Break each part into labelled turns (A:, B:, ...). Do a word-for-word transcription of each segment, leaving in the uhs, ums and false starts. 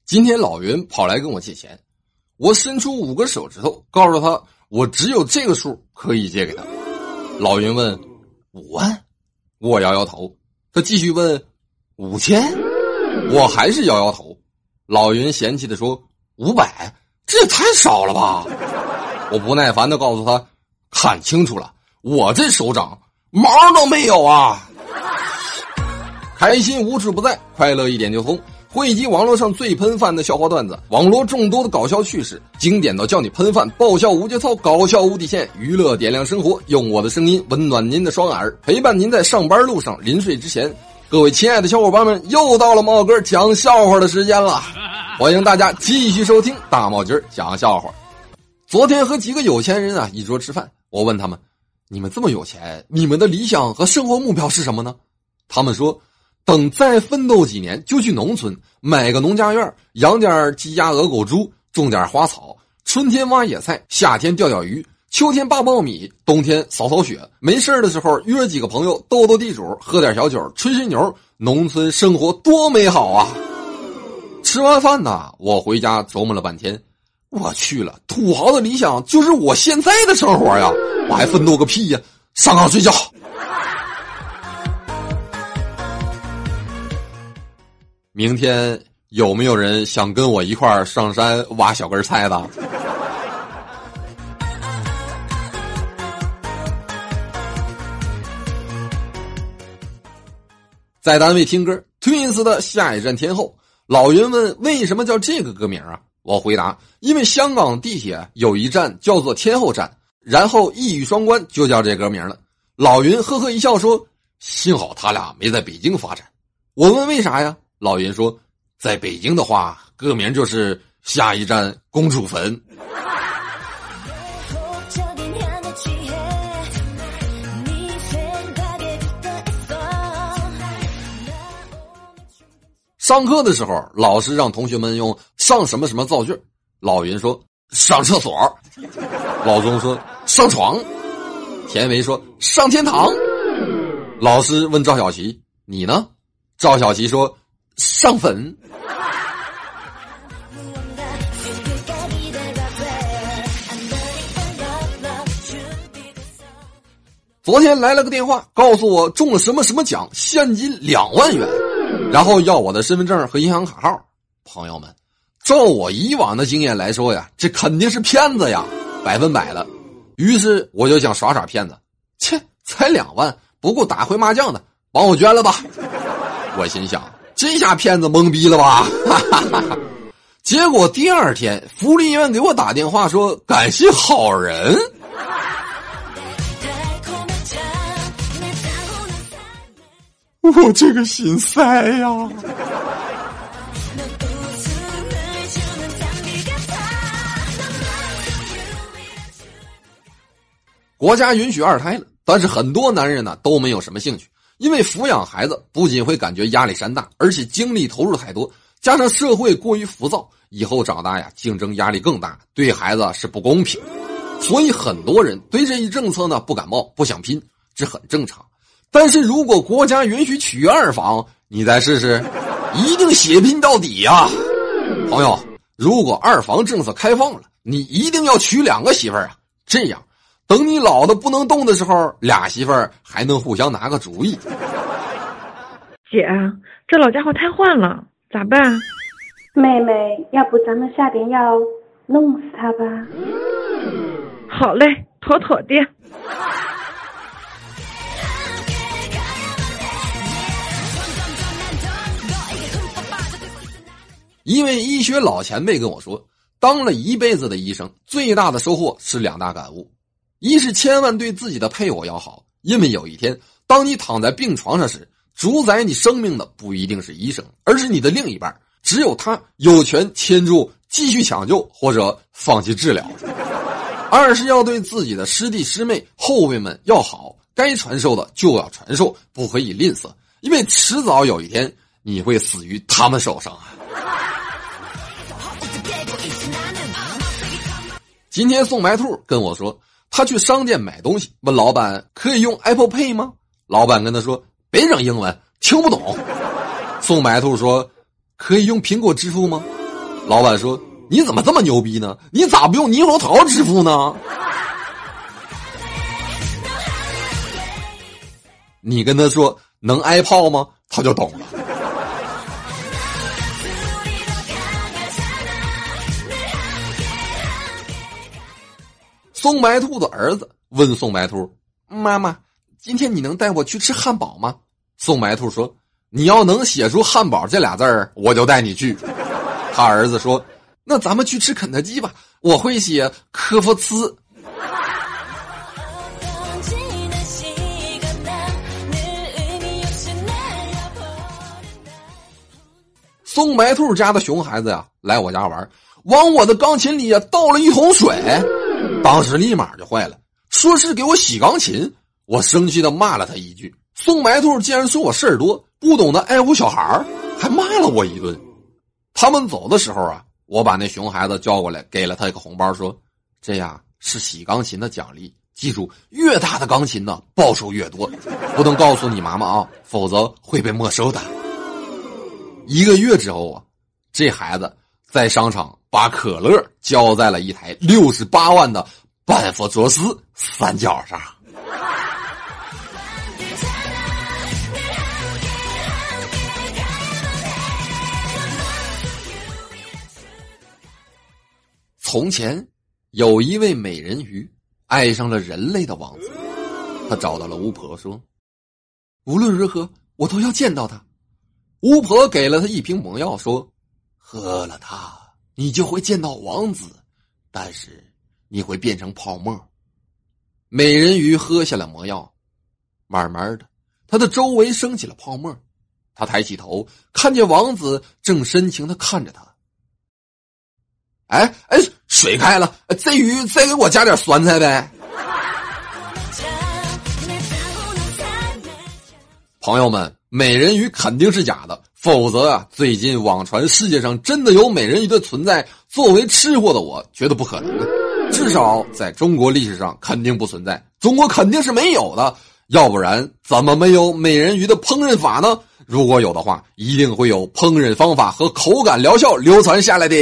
A: 今天老云跑来跟我借钱，我伸出五个手指头，告诉他我只有这个数可以借给他。老云问五万，我摇摇头。他继续问五千，我还是摇摇头。老云嫌弃地说五百，这也太少了吧。我不耐烦地告诉他，看清楚了，我这手掌毛都没有啊。开心无处不在，快乐一点就通。汇集网络上最喷饭的笑话段子，网络众多的搞笑趣事，经典到叫你喷饭，爆笑无节操，搞笑无底线，娱乐点亮生活，用我的声音温暖您的双耳，陪伴您在上班路上临睡之前。各位亲爱的小伙伴们，又到了茂哥讲笑话的时间了，欢迎大家继续收听大茂今讲笑话。昨天和几个有钱人啊一桌吃饭，我问他们，你们这么有钱，你们的理想和生活目标是什么呢？他们说，等再奋斗几年就去农村买个农家院，养点鸡鸭鹅狗猪，种点花草，春天挖野菜，夏天钓钓鱼，秋天扒苞米，冬天扫扫雪，没事的时候约几个朋友斗斗地主，喝点小酒，吹吹牛，农村生活多美好啊。吃完饭呢，我回家琢磨了半天，我去了，土豪的理想就是我现在的生活呀，我还奋斗个屁呀，上炕睡觉。明天有没有人想跟我一块儿上山挖小根菜的？在单位听歌 Twins 的下一站天后，老云问为什么叫这个歌名啊？我回答，因为香港地铁有一站叫做天后站，然后一语双关就叫这歌名了。老云呵呵一笑说，幸好他俩没在北京发展。我问为啥呀？老云说，在北京的话，歌名就是下一站公主坟。上课的时候，老师让同学们用上什么什么造句，老云说上厕所，老钟说上床，田维说上天堂。老师问赵小琪，你呢？赵小琪说上坟。昨天来了个电话，告诉我中了什么什么奖，现金两万元，然后要我的身份证和银行卡号。朋友们，照我以往的经验来说呀，这肯定是骗子呀，百分百了。于是我就想耍耍骗子，切，才两万，不够打回麻将的，帮我捐了吧。我心想，这下骗子懵逼了吧。结果第二天福利院给我打电话说，感谢好人。我这个心塞呀。国家允许二胎了，但是很多男人呢都没有什么兴趣，因为抚养孩子不仅会感觉压力山大，而且精力投入太多，加上社会过于浮躁，以后长大呀竞争压力更大，对孩子是不公平。所以很多人对这一政策呢不感冒，不想拼，这很正常。但是如果国家允许娶二房，你再试试，一定血拼到底呀。朋友，如果二房政策开放了，你一定要娶两个媳妇儿啊，这样等你老的不能动的时候，俩媳妇儿还能互相拿个主意。
B: 姐，这老家伙太坏了，咋办？
C: 妹妹，要不咱们下点药弄死他吧？
B: 好嘞，妥妥的。
A: 一位医学老前辈跟我说，当了一辈子的医生，最大的收获是两大感悟。一是千万对自己的配偶要好，因为有一天当你躺在病床上时，主宰你生命的不一定是医生，而是你的另一半，只有他有权牵住继续抢救或者放弃治疗。二是要对自己的师弟师妹后辈们要好，该传授的就要传授，不可以吝啬，因为迟早有一天你会死于他们手上啊。今天送白兔跟我说，他去商店买东西，问老板可以用 Apple Pay 吗？老板跟他说，别整英文，听不懂。送白兔说，可以用苹果支付吗？ 老板说，你怎么这么牛逼呢？你咋不用猕猴桃致富呢？你跟他说能挨炮吗？他就懂了。宋白兔的儿子问宋白兔，妈妈，今天你能带我去吃汉堡吗？宋白兔说，你要能写出汉堡这俩字儿，我就带你去。他儿子说，那咱们去吃肯德基吧，我会写科夫茨。宋白兔家的熊孩子呀，来我家玩，往我的钢琴里呀倒了一桶水，当时立马就坏了，说是给我洗钢琴。我生气的骂了他一句，宋白兔竟然说我事儿多，不懂得爱护小孩，还骂了我一顿。他们走的时候啊，我把那熊孩子叫过来，给了他一个红包，说这呀是洗钢琴的奖励，记住越大的钢琴呢报酬越多，不能告诉你妈妈啊，否则会被没收的。一个月之后啊，这孩子在商场把可乐交在了一台六十八万的班佛卓斯三角上。从前有一位美人鱼爱上了人类的王子，他找到了巫婆说，无论如何我都要见到他。巫婆给了他一瓶魔药，说喝了它你就会见到王子，但是你会变成泡沫。美人鱼喝下了魔药，慢慢的他的周围升起了泡沫，他抬起头看见王子正深情的看着他。哎哎，水开了，这鱼再给我加点酸菜呗。朋友们，美人鱼肯定是假的，否则啊，最近网传世界上真的有美人鱼的存在，作为吃货的我觉得不可能的，至少在中国历史上肯定不存在，中国肯定是没有的，要不然怎么没有美人鱼的烹饪法呢？如果有的话，一定会有烹饪方法和口感疗效流传下来的。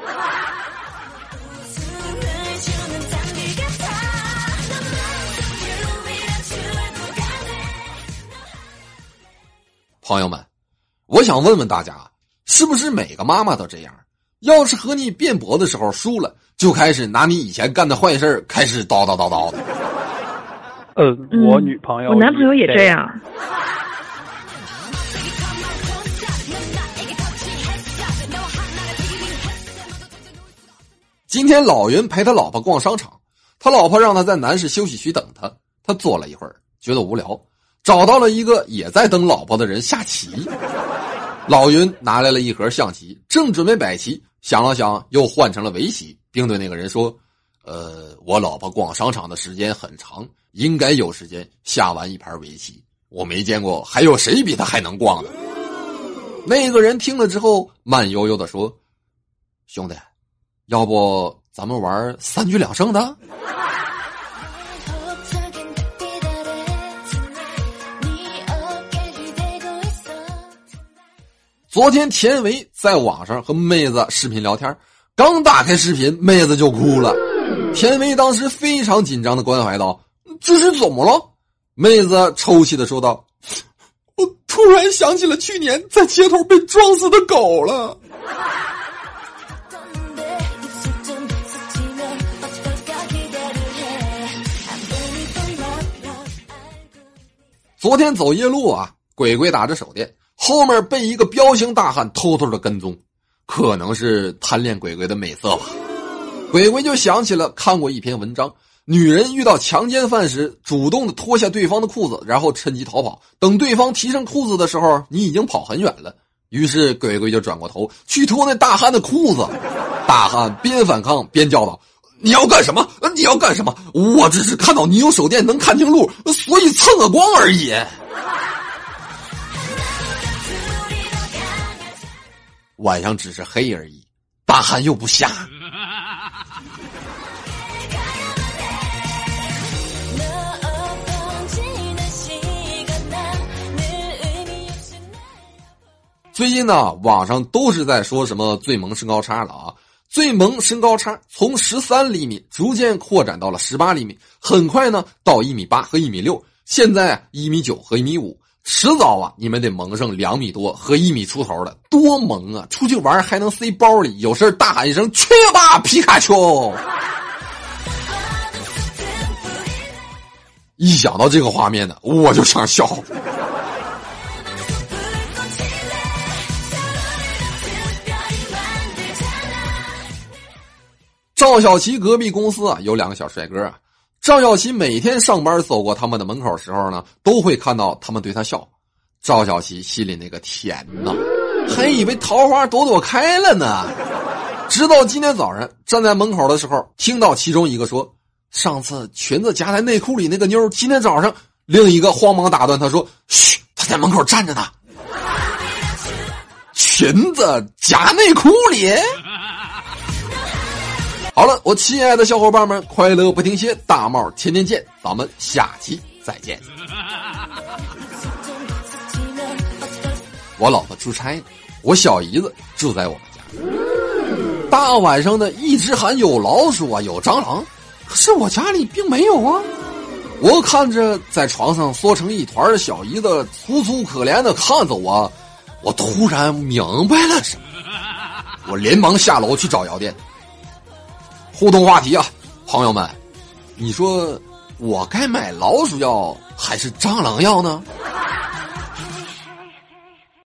A: 朋友们，我想问问大家，是不是每个妈妈都这样？要是和你辩驳的时候输了，就开始拿你以前干的坏事开始叨叨叨叨的。
D: 呃，我女朋友、
B: 嗯，我男朋友也这样。
A: 今天老云陪他老婆逛商场，他老婆让他在男士休息区等他，他坐了一会儿，觉得无聊，找到了一个也在等老婆的人下棋。老云拿来了一盒象棋，正准备摆棋，想了想又换成了围棋，并对那个人说，呃，我老婆逛商场的时间很长，应该有时间下完一盘围棋，我没见过还有谁比他还能逛的。那个人听了之后慢悠悠地说，兄弟，要不咱们玩三局两胜的？昨天田维在网上和妹子视频聊天，刚打开视频，妹子就哭了。田维当时非常紧张的关怀道，这是怎么了？妹子抽泣的说道，我突然想起了去年在街头被撞死的狗了。昨天走夜路啊，鬼鬼打着手电，后面被一个彪形大汉偷偷的跟踪，可能是贪恋鬼鬼的美色吧。鬼鬼就想起了看过一篇文章，女人遇到强奸犯时主动的脱下对方的裤子，然后趁机逃跑，等对方提上裤子的时候你已经跑很远了。于是鬼鬼就转过头去脱那大汉的裤子，大汉边反抗边叫道，你要干什么？你要干什么？我只是看到你有手电能看清路，所以蹭个光而已。晚上只是黑而已，大汉又不瞎。 最近呢，网上都是在说什么最萌身高差了啊。最萌身高差从十三厘米逐渐扩展到了十八厘米，很快呢到一米八和一米六，现在啊一米九和一米五，迟早啊你们得萌上两米多和一米出头的，多萌啊！出去玩还能塞包里，有事大喊一声去吧皮卡丘。一想到这个画面呢，我就想笑。赵小琪隔壁公司啊有两个小帅哥啊，赵小琪每天上班走过他们的门口时候呢，都会看到他们对他笑。赵小琪心里那个甜呐，还以为桃花朵朵开了呢。直到今天早上站在门口的时候，听到其中一个说：“上次裙子夹在内裤里那个妞，今天早上。”另一个慌忙打断他说：“嘘，他在门口站着呢。”裙子夹内裤里。好了，我亲爱的小伙伴们，快乐不停歇，大帽天天见，咱们下期再见。我老婆出差，我小姨子住在我们家。大晚上的一直喊有老鼠啊，有蟑螂，可是我家里并没有啊。我看着在床上缩成一团的小姨子楚楚可怜的看着我，我突然明白了什么，我连忙下楼去找药店。互动话题啊，朋友们，你说我该买老鼠药还是蟑螂药呢？